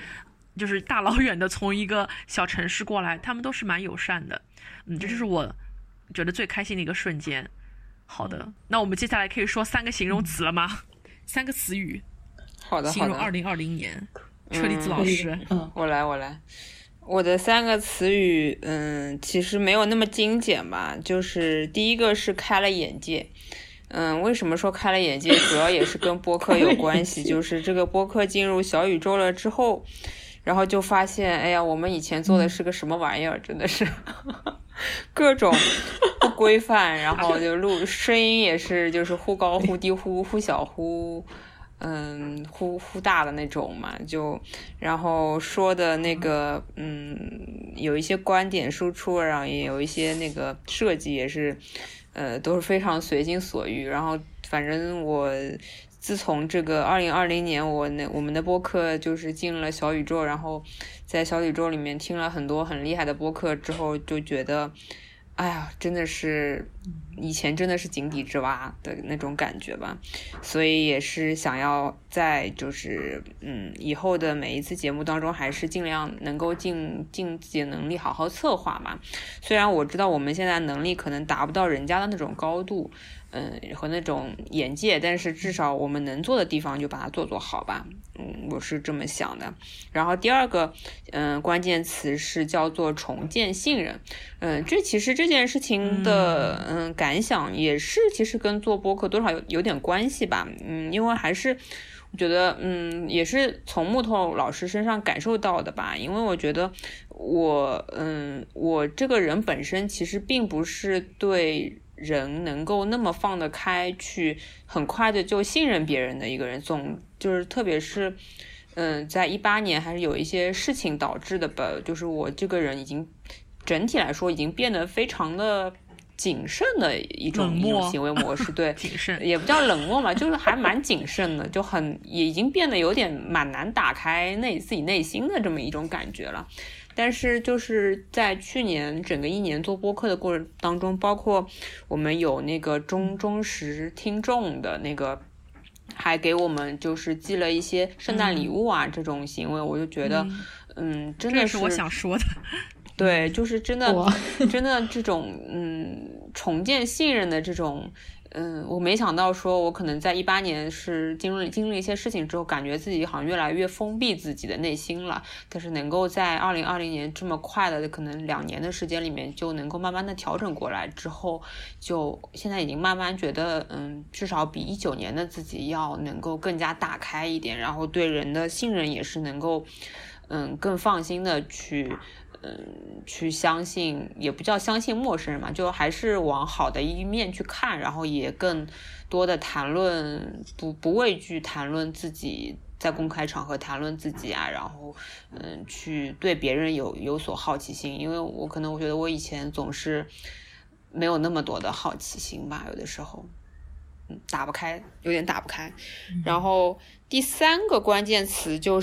就是大老远的从一个小城市过来，他们都是蛮友善的。嗯，这就是我觉得最开心的一个瞬间。好的，那我们接下来可以说三个形容词了吗？嗯、三个词语。 好的， 形容二零二零年。车厘子老师， 嗯，我来，我来。我的三个词语，嗯，其实没有那么精简吧。就是第一个是开了眼界。嗯，为什么说开了眼界？主要也是跟播客有关系。就是这个播客进入小宇宙了之后，然后就发现，哎呀，我们以前做的是个什么玩意儿，真的是各种不规范，然后就录声音也是就是忽高忽低、忽忽小忽。嗯，忽忽大的那种嘛，就然后说的那个，嗯，有一些观点输出，然后也有一些那个设计也是，呃，都是非常随心所欲。然后反正我自从这个二零二零年我那我们的播客就是进了小宇宙，然后在小宇宙里面听了很多很厉害的播客之后，就觉得。哎呀，真的是以前真的是井底之蛙的那种感觉吧，所以也是想要在就是嗯以后的每一次节目当中，还是尽量能够尽尽自己的能力好好策划吧。虽然我知道我们现在能力可能达不到人家的那种高度，嗯和那种眼界，但是至少我们能做的地方就把它做做好吧。嗯，我是这么想的。然后第二个，嗯，关键词是叫做重建信任。嗯，这其实这件事情的嗯感想也是，其实跟做播客多少有有点关系吧。嗯，因为还是我觉得，嗯，也是从木头老师身上感受到的吧。因为我觉得我，嗯，我这个人本身其实并不是对人能够那么放得开，去很快的就信任别人的一个人，总就是特别是。嗯，在一八年还是有一些事情导致的吧，就是我这个人已经整体来说已经变得非常的谨慎的一种一种行为模式，对， 谨慎也不叫冷漠嘛，就是还蛮谨慎的，就很也已经变得有点蛮难打开内自己内心的这么一种感觉了。但是就是在去年整个一年做播客的过程当中，包括我们有那个忠忠实听众的那个。还给我们就是寄了一些圣诞礼物啊，嗯、这种行为，我就觉得，嗯，嗯真的是，这是我想说的。 对，就是真的，真的这种，嗯，重建信任的这种，嗯，我没想到说，我可能在一八年是经历经历一些事情之后，感觉自己好像越来越封闭自己的内心了，但是能够在二零二零年这么快的可能两年的时间里面，就能够慢慢的调整过来之后，就现在已经慢慢觉得，嗯，至少比一九年的自己要能够更加打开一点，然后对人的信任也是能够，嗯，更放心的去。嗯，去相信也不叫相信陌生人嘛，就还是往好的一面去看，然后也更多的谈论，不不畏惧谈论自己，在公开场合谈论自己啊，然后嗯，去对别人有有所好奇心，因为我可能我觉得我以前总是没有那么多的好奇心吧，有的时候。打不开，有点打不开。然后第三个关键词就是，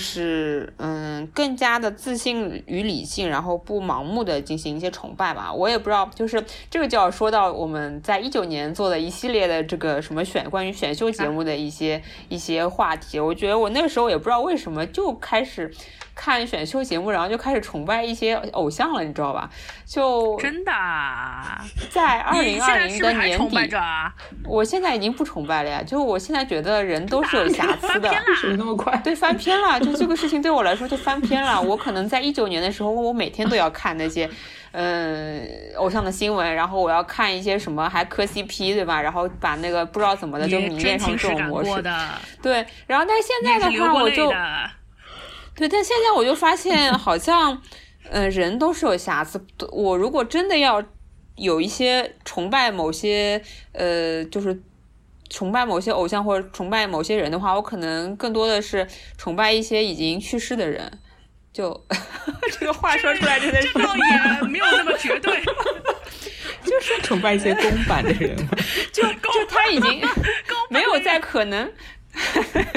嗯，更加的自信与理性，然后不盲目的进行一些崇拜吧。我也不知道，就是这个就要说到我们在一九年做的一系列的这个什么选关于选秀节目的一些、啊、一些话题。我觉得我那个时候也不知道为什么就开始看选秀节目，然后就开始崇拜一些偶像了，你知道吧？就真的在二零二零的年底， 啊、 我现在已经不崇拜了呀。就我现在觉得人都是有瑕疵的， 为什么那么快？ 对，翻篇了。就这个事情对我来说就翻篇了。我可能在一九年的时候，我每天都要看那些嗯偶像的新闻，然后我要看一些什么还磕 C P 对吧？然后把那个不知道怎么的就迷恋上这种模式。对，然后但是现在的话我就。对，但现在我就发现好像呃人都是有瑕疵。我如果真的要有一些崇拜某些呃就是崇拜某些偶像或者崇拜某些人的话，我可能更多的是崇拜一些已经去世的人。就这个话说出来真的是这倒也没有那么绝对。 就是崇拜一些公版的人。 就就他已经没有在可能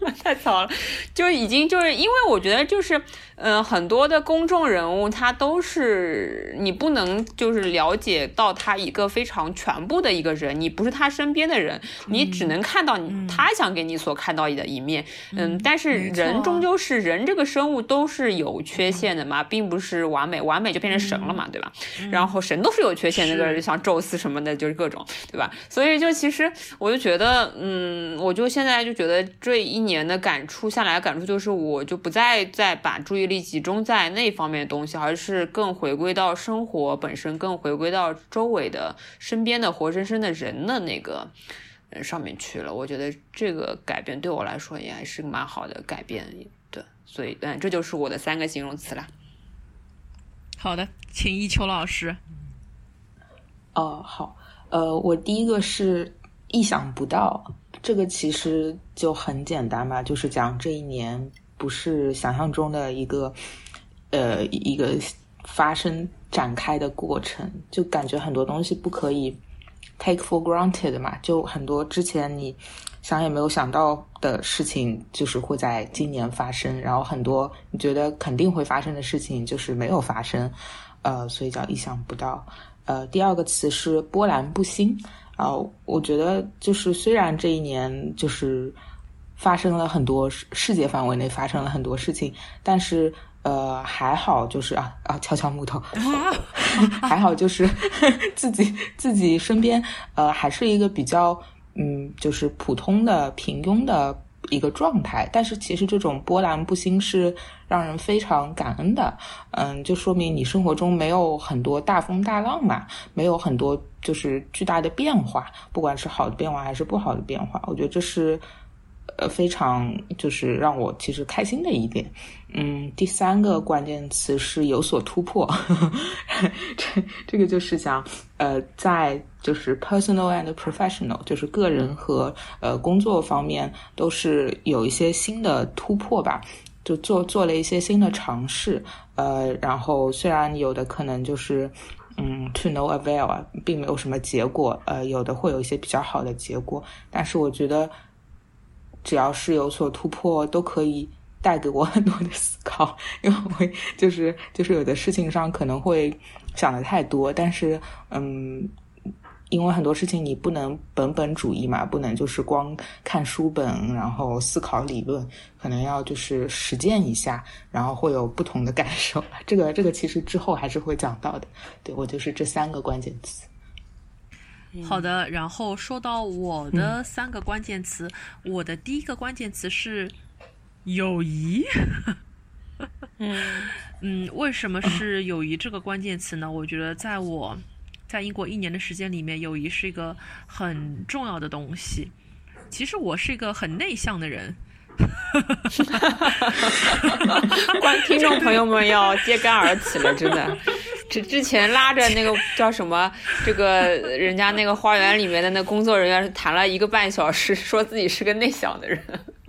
太早了，就已经就是因为我觉得就是呃很多的公众人物他都是你不能就是了解到他一个非常全部的一个人，你不是他身边的人，你只能看到你他想给你所看到的一面。嗯，嗯但是人终究是人，这个生物都是有缺陷的嘛，并不是完美，完美就变成神了嘛，对吧？然后神都是有缺陷的，那个像宙斯什么的，就是各种，对吧？所以就其实我就觉得，嗯，我就现在就觉得这一年的感触下来，感触就是我就不再再把注意力集中在那方面的东西，而是更回归到生活本身，更回归到周围的身边的活生生的人的那个上面去了。我觉得这个改变对我来说也还是蛮好的改变，对，所以嗯，这就是我的三个形容词啦。 好的，请一秋老师。 哦，好，呃，我第一个是意想不到，这个其实就很简单嘛，就是讲这一年不是想象中的一个，呃，一个发生展开的过程，就感觉很多东西不可以 take for granted 嘛，就很多之前你想也没有想到的事情，就是会在今年发生，然后很多你觉得肯定会发生的事情，就是没有发生，呃，所以叫意想不到。呃，第二个词是波澜不兴啊、呃，我觉得就是虽然这一年就是发生了很多世界范围内发生了很多事情，但是呃还好就是啊啊敲敲木头，还好就是自己自己身边呃还是一个比较嗯就是普通的平庸的一个状态，但是其实这种波澜不兴是让人非常感恩的，嗯，就说明你生活中没有很多大风大浪嘛，没有很多就是巨大的变化，不管是好的变化还是不好的变化，我觉得这是呃非常就是让我其实开心的一点。嗯，第三个关键词是有所突破，这这个就是讲呃在就是 personal and professional 就是个人和呃工作方面都是有一些新的突破吧，就做做了一些新的尝试，呃然后虽然有的可能就是嗯 to no avail 啊，并没有什么结果，呃有的会有一些比较好的结果，但是我觉得只要是有所突破都可以带给我很多的思考，因为我就是就是有的事情上可能会想的太多，但是嗯，因为很多事情你不能本本主义嘛，不能就是光看书本然后思考理论，可能要就是实践一下，然后会有不同的感受。这个这个其实之后还是会讲到的。对，我就是这三个关键词。 好的，然后说到我的三个关键词，嗯、我的第一个关键词是友谊。嗯嗯，为什么是友谊这个关键词呢？我觉得在我在英国一年的时间里面，友谊是一个很重要的东西。其实我是一个很内向的人。 观听众朋友们要揭竿而起了，真的。之之前拉着那个叫什么，这个人家那个花园里面的那工作人员谈了一个半小时，说自己是个内向的人。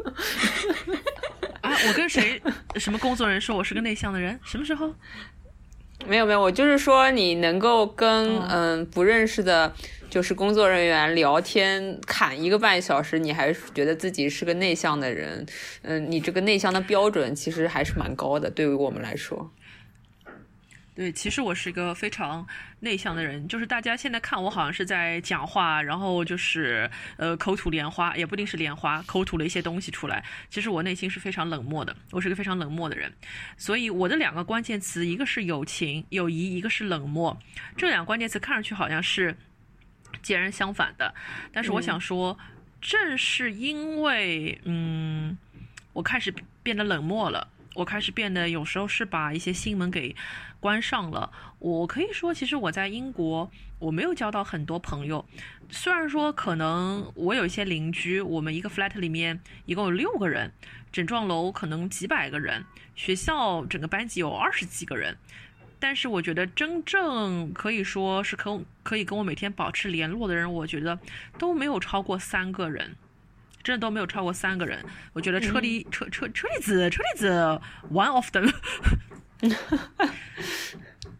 啊，我跟谁什么工作人员说我是个内向的人？什么时候？ 没有没有，我就是说你能够跟嗯不认识的，就是工作人员聊天侃一个半小时，你还是觉得自己是个内向的人，嗯，你这个内向的标准其实还是蛮高的，对于我们来说。 对，其实我是一个非常内向的人，就是大家现在看我好像是在讲话，然后就是呃口吐莲花，也不一定是莲花，口吐了一些东西出来。其实我内心是非常冷漠的，我是一个非常冷漠的人。所以我的两个关键词，一个是友情、友谊，一个是冷漠。这两个关键词看上去好像是截然相反的，但是我想说，嗯、正是因为嗯，我开始变得冷漠了。我开始变得有时候是把一些心门给关上了。我可以说其实我在英国我没有交到很多朋友，虽然说可能我有一些邻居，我们一个 flat 里面一共有六个人，整幢楼可能几百个人，学校整个班级有二十几个人，但是我觉得真正可以说是可可以跟我每天保持联络的人，我觉得都没有超过三个人，真的都没有超过三个人。我觉得车厘、嗯、车车车厘子车厘子 one of them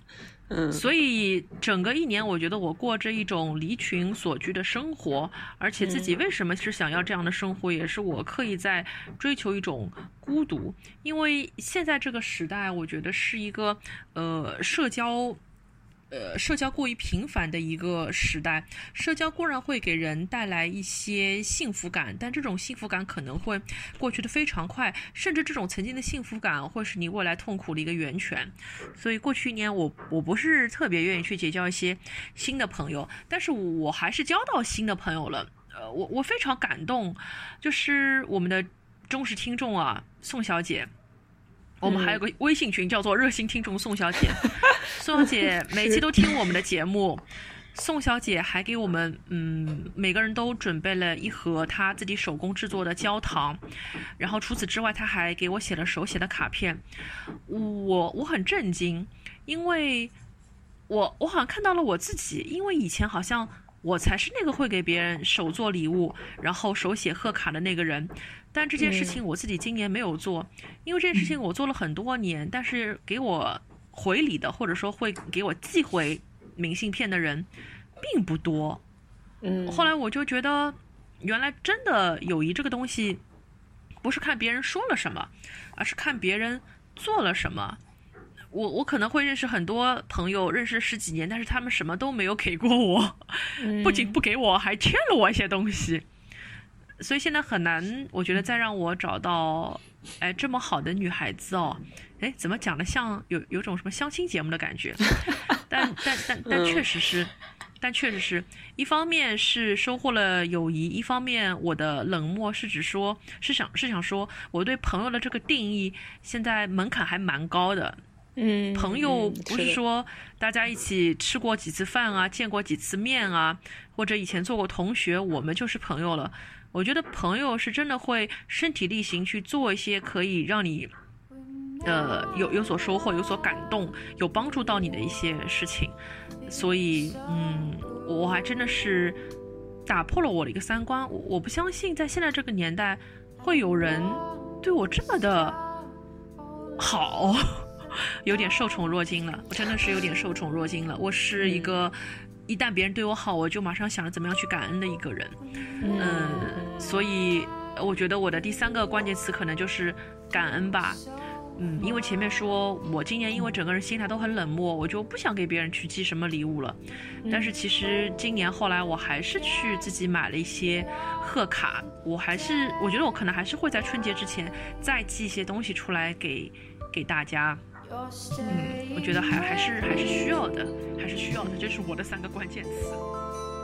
嗯， 所以整个一年我觉得我过着一种离群索居的生活，而且自己为什么是想要这样的生活，也是我刻意在追求一种孤独。因为现在这个时代我觉得是一个呃社交呃，社交过于频繁的一个时代，社交固然会给人带来一些幸福感，但这种幸福感可能会过去的非常快，甚至这种曾经的幸福感会是你未来痛苦的一个源泉。所以过去一年我我不是特别愿意去结交一些新的朋友，但是我还是交到新的朋友了。呃，我我非常感动，就是我们的忠实听众啊，宋小姐。我们还有个微信群叫做热心听众宋小姐，宋小姐每期都听我们的节目，宋小姐还给我们嗯每个人都准备了一盒她自己手工制作的焦糖，然后除此之外她还给我写了手写的卡片。我我很震惊，因为我我好像看到了我自己，因为以前好像我才是那个会给别人手做礼物然后手写贺卡的那个人，但这件事情我自己今年没有做，因为这件事情我做了很多年，但是给我回礼的或者说会给我寄回明信片的人并不多。 嗯， 后来我就觉得原来真的友谊这个东西不是看别人说了什么，而是看别人做了什么。我我可能会认识很多朋友，认识十几年，但是他们什么都没有给过我，不仅不给我，还欠了我一些东西。所以现在很难，我觉得再让我找到，哎，这么好的女孩子哦，哎，怎么讲的像有有种什么相亲节目的感觉？但但但但确实是，但确实是一方面是收获了友谊，一方面我的冷漠是指说，是想是想说，我对朋友的这个定义现在门槛还蛮高的。 嗯， 朋友不是说大家一起吃过几次饭啊，见过几次面啊，或者以前做过同学，我们就是朋友了。我觉得朋友是真的会身体力行去做一些可以让你呃有有所收获、有所感动、有帮助到你的一些事情。所以嗯，我还真的是打破了我的一个三观。我我不相信在现在这个年代会有人对我这么的好。有点受宠若惊了，我真的是有点受宠若惊了。我是一个一旦别人对我好，我就马上想着怎么样去感恩的一个人。嗯，所以我觉得我的第三个关键词可能就是感恩吧。嗯，因为前面说我今年因为整个人心态都很冷漠，我就不想给别人去寄什么礼物了。但是其实今年后来我还是去自己买了一些贺卡，我还是我觉得我可能还是会在春节之前再寄一些东西出来给给大家。嗯，我觉得还还是还是需要的，还是需要的，这是我的三个关键词。